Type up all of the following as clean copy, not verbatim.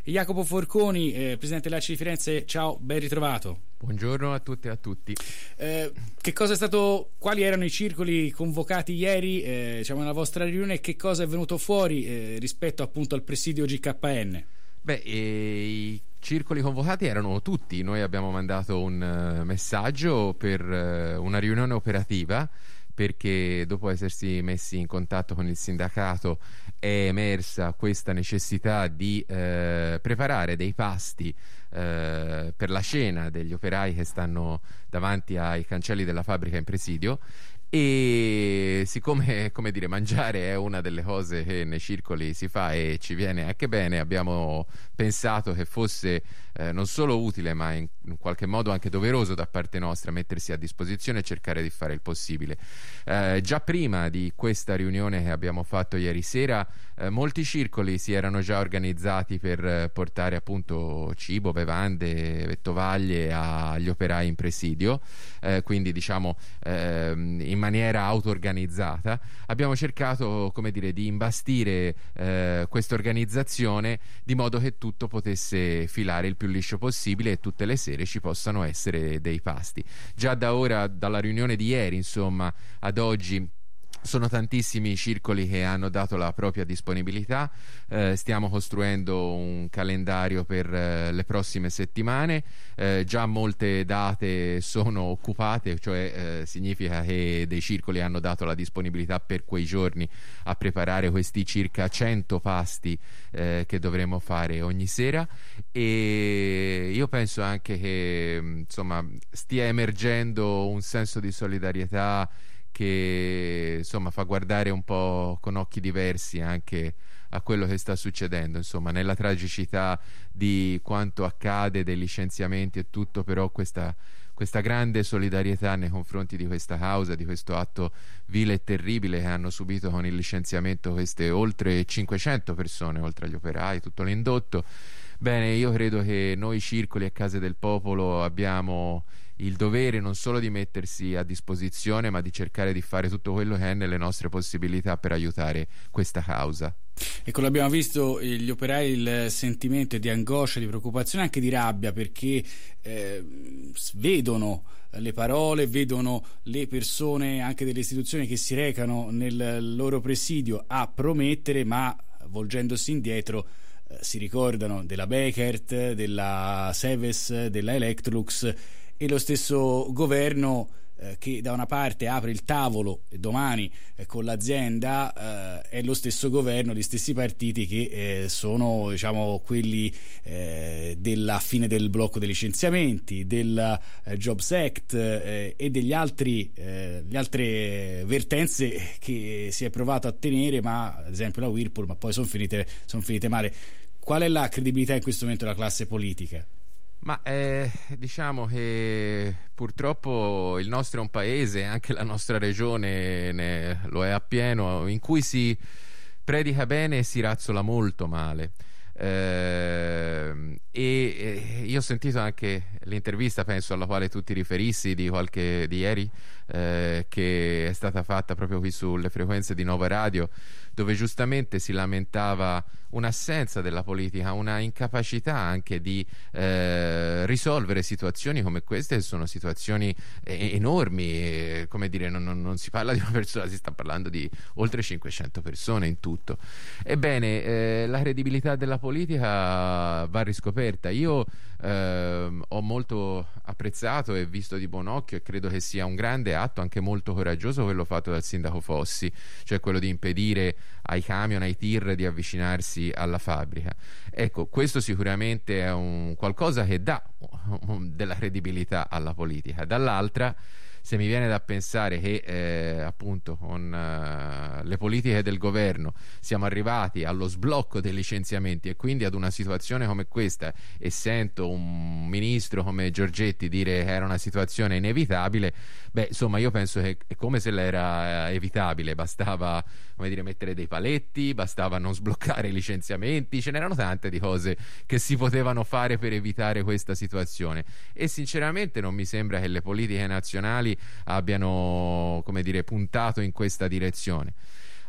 Jacopo Forconi, presidente dell'ACI di Firenze, ciao, ben ritrovato. Buongiorno a tutte e a tutti. Che cosa è stato, quali erano i circoli convocati ieri, nella vostra riunione, e che cosa è venuto fuori rispetto appunto al presidio GKN? I circoli convocati erano tutti. Noi abbiamo mandato un messaggio per una riunione operativa, perché dopo essersi messi in contatto con il sindacato è emersa questa necessità di preparare dei pasti per la cena degli operai che stanno davanti ai cancelli della fabbrica in presidio. E siccome, mangiare è una delle cose che nei circoli si fa e ci viene anche bene, abbiamo pensato che fosse non solo utile, ma in qualche modo anche doveroso da parte nostra mettersi a disposizione e cercare di fare il possibile. Già prima di questa riunione che abbiamo fatto ieri sera, molti circoli si erano già organizzati per portare appunto cibo, bevande, tovaglie agli operai in presidio, quindi in maniera auto-organizzata. Abbiamo cercato, di imbastire questa organizzazione di modo che tutto potesse filare il più liscio possibile e tutte le sere ci possano essere dei pasti. Già da ora, dalla riunione di ieri, ad oggi, sono tantissimi i circoli che hanno dato la propria disponibilità. Stiamo costruendo un calendario per le prossime settimane. Già molte date sono occupate, cioè significa che dei circoli hanno dato la disponibilità per quei giorni a preparare questi circa 100 pasti che dovremo fare ogni sera. E io penso anche che stia emergendo un senso di solidarietà che fa guardare un po' con occhi diversi anche a quello che sta succedendo, nella tragicità di quanto accade, dei licenziamenti e tutto, però questa grande solidarietà nei confronti di questa causa, di questo atto vile e terribile che hanno subito con il licenziamento queste oltre 500 persone, oltre agli operai, tutto l'indotto. Bene, io credo che noi circoli e Case del Popolo abbiamo il dovere non solo di mettersi a disposizione, ma di cercare di fare tutto quello che è nelle nostre possibilità per aiutare questa causa. Ecco, l'abbiamo visto, gli operai, il sentimento di angoscia, di preoccupazione, anche di rabbia, perché vedono le parole, vedono le persone anche delle istituzioni che si recano nel loro presidio a promettere, ma volgendosi indietro si ricordano della Bekaert, della Seves, della Electrolux, e lo stesso governo che da una parte apre il tavolo e domani con l'azienda è lo stesso governo, gli stessi partiti che sono quelli della fine del blocco dei licenziamenti, del Jobs Act e degli altri le altre vertenze che si è provato a tenere, ma ad esempio la Whirlpool, ma poi sono finite male. Qual è la credibilità in questo momento della classe politica? Ma diciamo che purtroppo il nostro è un paese, anche la nostra regione lo è appieno, in cui si predica bene e si razzola molto male. Io ho sentito anche l'intervista, penso alla quale tu ti riferissi, di ieri, che è stata fatta proprio qui sulle frequenze di Nova Radio, dove giustamente si lamentava un'assenza della politica, una incapacità anche di risolvere situazioni come queste, che sono situazioni enormi, non si parla di una persona, si sta parlando di oltre 500 persone in tutto. Ebbene, la credibilità della politica va riscoperta. Io ho molto apprezzato e visto di buon occhio, e credo che sia un grande atto, anche molto coraggioso, quello fatto dal sindaco Fossi, cioè quello di impedire ai camion, ai tir di avvicinarsi alla fabbrica. Ecco, questo sicuramente è un qualcosa che dà della credibilità alla politica. Dall'altra, se mi viene da pensare che appunto con le politiche del governo siamo arrivati allo sblocco dei licenziamenti e quindi ad una situazione come questa, e sento un ministro come Giorgetti dire che era una situazione inevitabile, io penso che è come se l'era evitabile, bastava mettere dei paletti, bastava non sbloccare i licenziamenti, ce n'erano tante di cose che si potevano fare per evitare questa situazione, e sinceramente non mi sembra che le politiche nazionali abbiano puntato in questa direzione.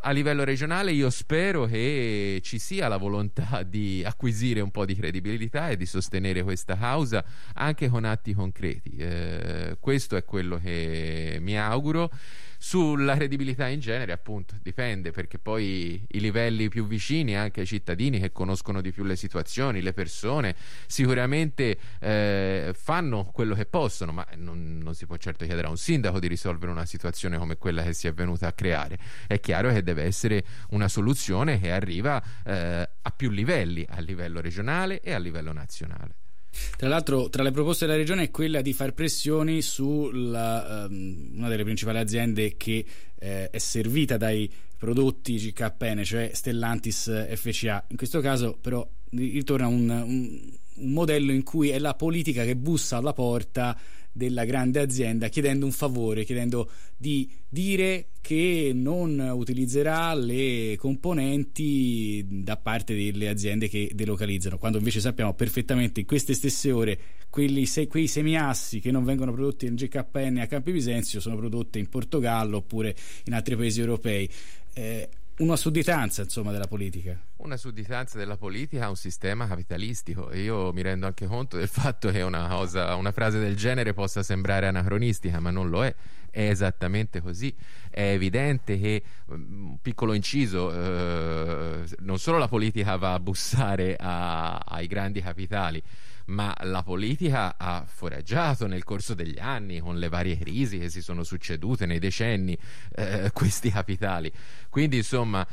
A livello regionale io spero che ci sia la volontà di acquisire un po' di credibilità e di sostenere questa causa anche con atti concreti. Questo è quello che mi auguro. Sulla credibilità in genere, appunto, dipende, perché poi i livelli più vicini anche ai cittadini che conoscono di più le situazioni, le persone, sicuramente fanno quello che possono, ma non si può certo chiedere a un sindaco di risolvere una situazione come quella che si è venuta a creare. È chiaro che deve essere una soluzione che arriva a più livelli, a livello regionale e a livello nazionale. Tra l'altro, tra le proposte della regione è quella di far pressioni su una delle principali aziende che è servita dai prodotti GKN, cioè Stellantis FCA. In questo caso però ritorna un modello in cui è la politica che bussa alla porta della grande azienda chiedendo un favore, chiedendo di dire che non utilizzerà le componenti da parte delle aziende che delocalizzano, quando invece sappiamo perfettamente in queste stesse ore quei semiassi che non vengono prodotti in GKN a Campi Bisenzio sono prodotte in Portogallo oppure in altri paesi europei. Una sudditanza, insomma, della politica. Una sudditanza della politica a un sistema capitalistico, e io mi rendo anche conto del fatto che una frase del genere possa sembrare anacronistica, ma non lo è esattamente così. È evidente che, un piccolo inciso, non solo la politica va a bussare ai grandi capitali, ma la politica ha foraggiato nel corso degli anni, con le varie crisi che si sono succedute nei decenni, questi capitali. Quindi insomma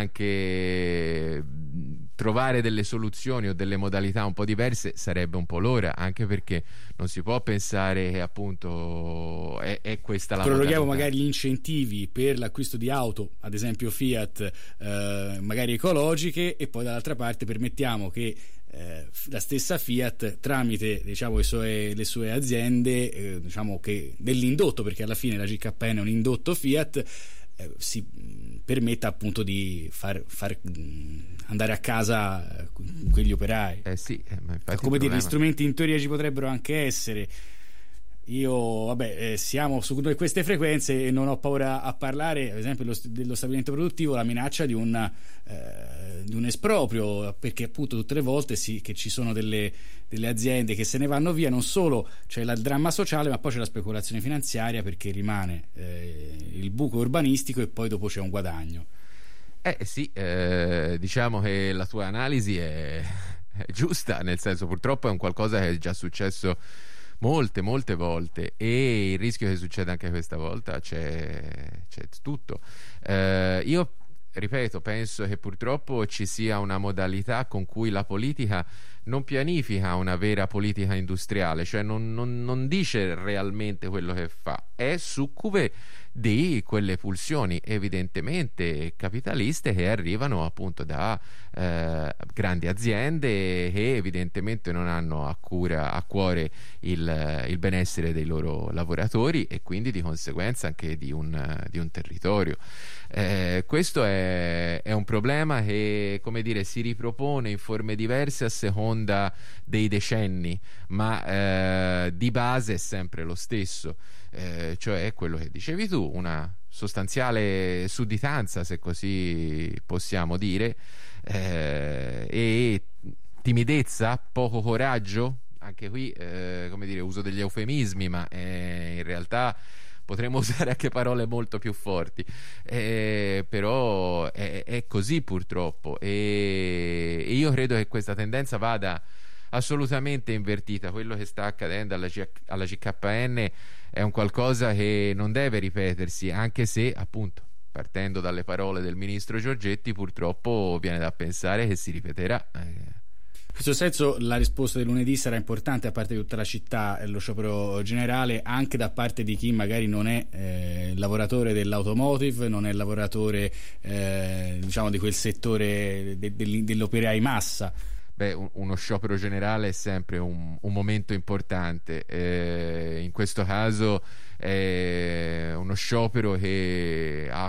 anche trovare delle soluzioni o delle modalità un po' diverse sarebbe un po' l'ora, anche perché non si può pensare che appunto è questa la proroghiamo modalità. Magari gli incentivi per l'acquisto di auto, ad esempio Fiat, magari ecologiche, e poi dall'altra parte permettiamo che la stessa Fiat, tramite diciamo le sue aziende, diciamo che dell'indotto, perché alla fine la GKN è un indotto Fiat, si permetta appunto di far andare a casa quegli operai. Sì, ma infatti come dire, gli strumenti in teoria ci potrebbero anche essere. Io siamo su queste frequenze e non ho paura a parlare, ad esempio dello stabilimento produttivo, la minaccia di un esproprio, perché appunto tutte le volte che ci sono delle aziende che se ne vanno via, non solo c'è il dramma sociale, ma poi c'è la speculazione finanziaria, perché rimane il buco urbanistico e poi dopo c'è un guadagno. Sì, diciamo che la tua analisi è giusta, nel senso, purtroppo è un qualcosa che è già successo molte volte, e il rischio che succeda anche questa volta c'è tutto. Io ripeto, penso che purtroppo ci sia una modalità con cui la politica non pianifica una vera politica industriale, cioè non dice realmente quello che fa, è succube di quelle pulsioni evidentemente capitaliste che arrivano appunto da grandi aziende che evidentemente non hanno a cuore il benessere dei loro lavoratori e quindi di conseguenza anche di un territorio. Questo è un problema che, come dire, si ripropone in forme diverse a seconda dei decenni, ma di base è sempre lo stesso. Cioè quello che dicevi tu, una sostanziale sudditanza, se così possiamo dire, e timidezza, poco coraggio, anche qui come dire, uso degli eufemismi, ma in realtà potremmo usare anche parole molto più forti, però è così purtroppo, e io credo che questa tendenza vada assolutamente invertita. Quello che sta accadendo alla GKN è un qualcosa che non deve ripetersi, anche se appunto, partendo dalle parole del ministro Giorgetti, purtroppo viene da pensare che si ripeterà. In questo senso la risposta del lunedì sarà importante, a parte di tutta la città e lo sciopero generale, anche da parte di chi magari non è lavoratore dell'automotive, non è lavoratore diciamo di quel settore dell'operai massa. Uno sciopero generale è sempre un momento importante, in questo caso è uno sciopero che ha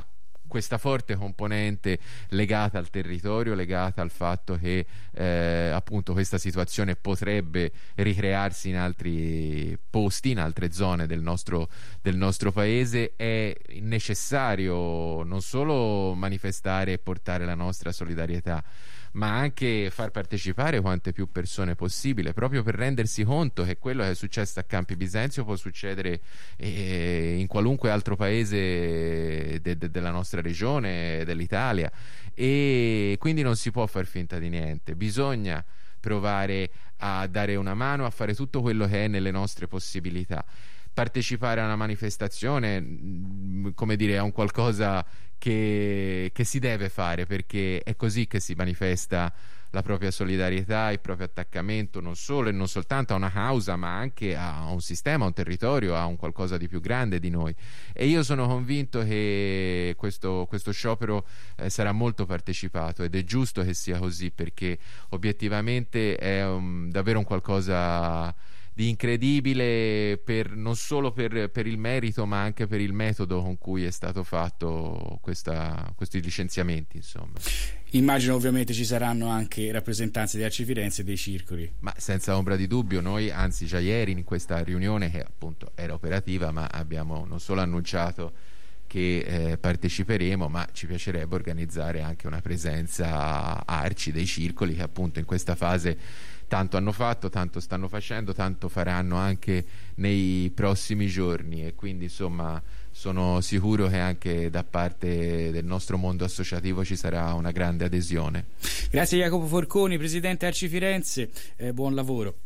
questa forte componente legata al territorio, legata al fatto che appunto questa situazione potrebbe ricrearsi in altri posti, in altre zone del nostro paese. È necessario non solo manifestare e portare la nostra solidarietà, ma anche far partecipare quante più persone possibile, proprio per rendersi conto che quello che è successo a Campi Bisenzio può succedere in qualunque altro paese della nostra regione, dell'Italia, e quindi non si può far finta di niente, bisogna provare a dare una mano, a fare tutto quello che è nelle nostre possibilità. Partecipare a una manifestazione, come dire, è un qualcosa che si deve fare, perché è così che si manifesta la propria solidarietà, il proprio attaccamento non solo e non soltanto a una causa, ma anche a un sistema, a un territorio, a un qualcosa di più grande di noi. E io sono convinto che questo sciopero sarà molto partecipato, ed è giusto che sia così, perché obiettivamente è davvero un qualcosa di incredibile, non solo per il merito, ma anche per il metodo con cui è stato fatto questi licenziamenti, insomma. Immagino ovviamente ci saranno anche rappresentanze di Arci Firenze e dei circoli. Ma senza ombra di dubbio, noi anzi già ieri in questa riunione, che appunto era operativa, ma abbiamo non solo annunciato che parteciperemo, ma ci piacerebbe organizzare anche una presenza a Arci dei circoli, che appunto in questa fase tanto hanno fatto, tanto stanno facendo, tanto faranno anche nei prossimi giorni, e quindi insomma sono sicuro che anche da parte del nostro mondo associativo ci sarà una grande adesione. Grazie Jacopo Forconi, presidente Arci Firenze, buon lavoro.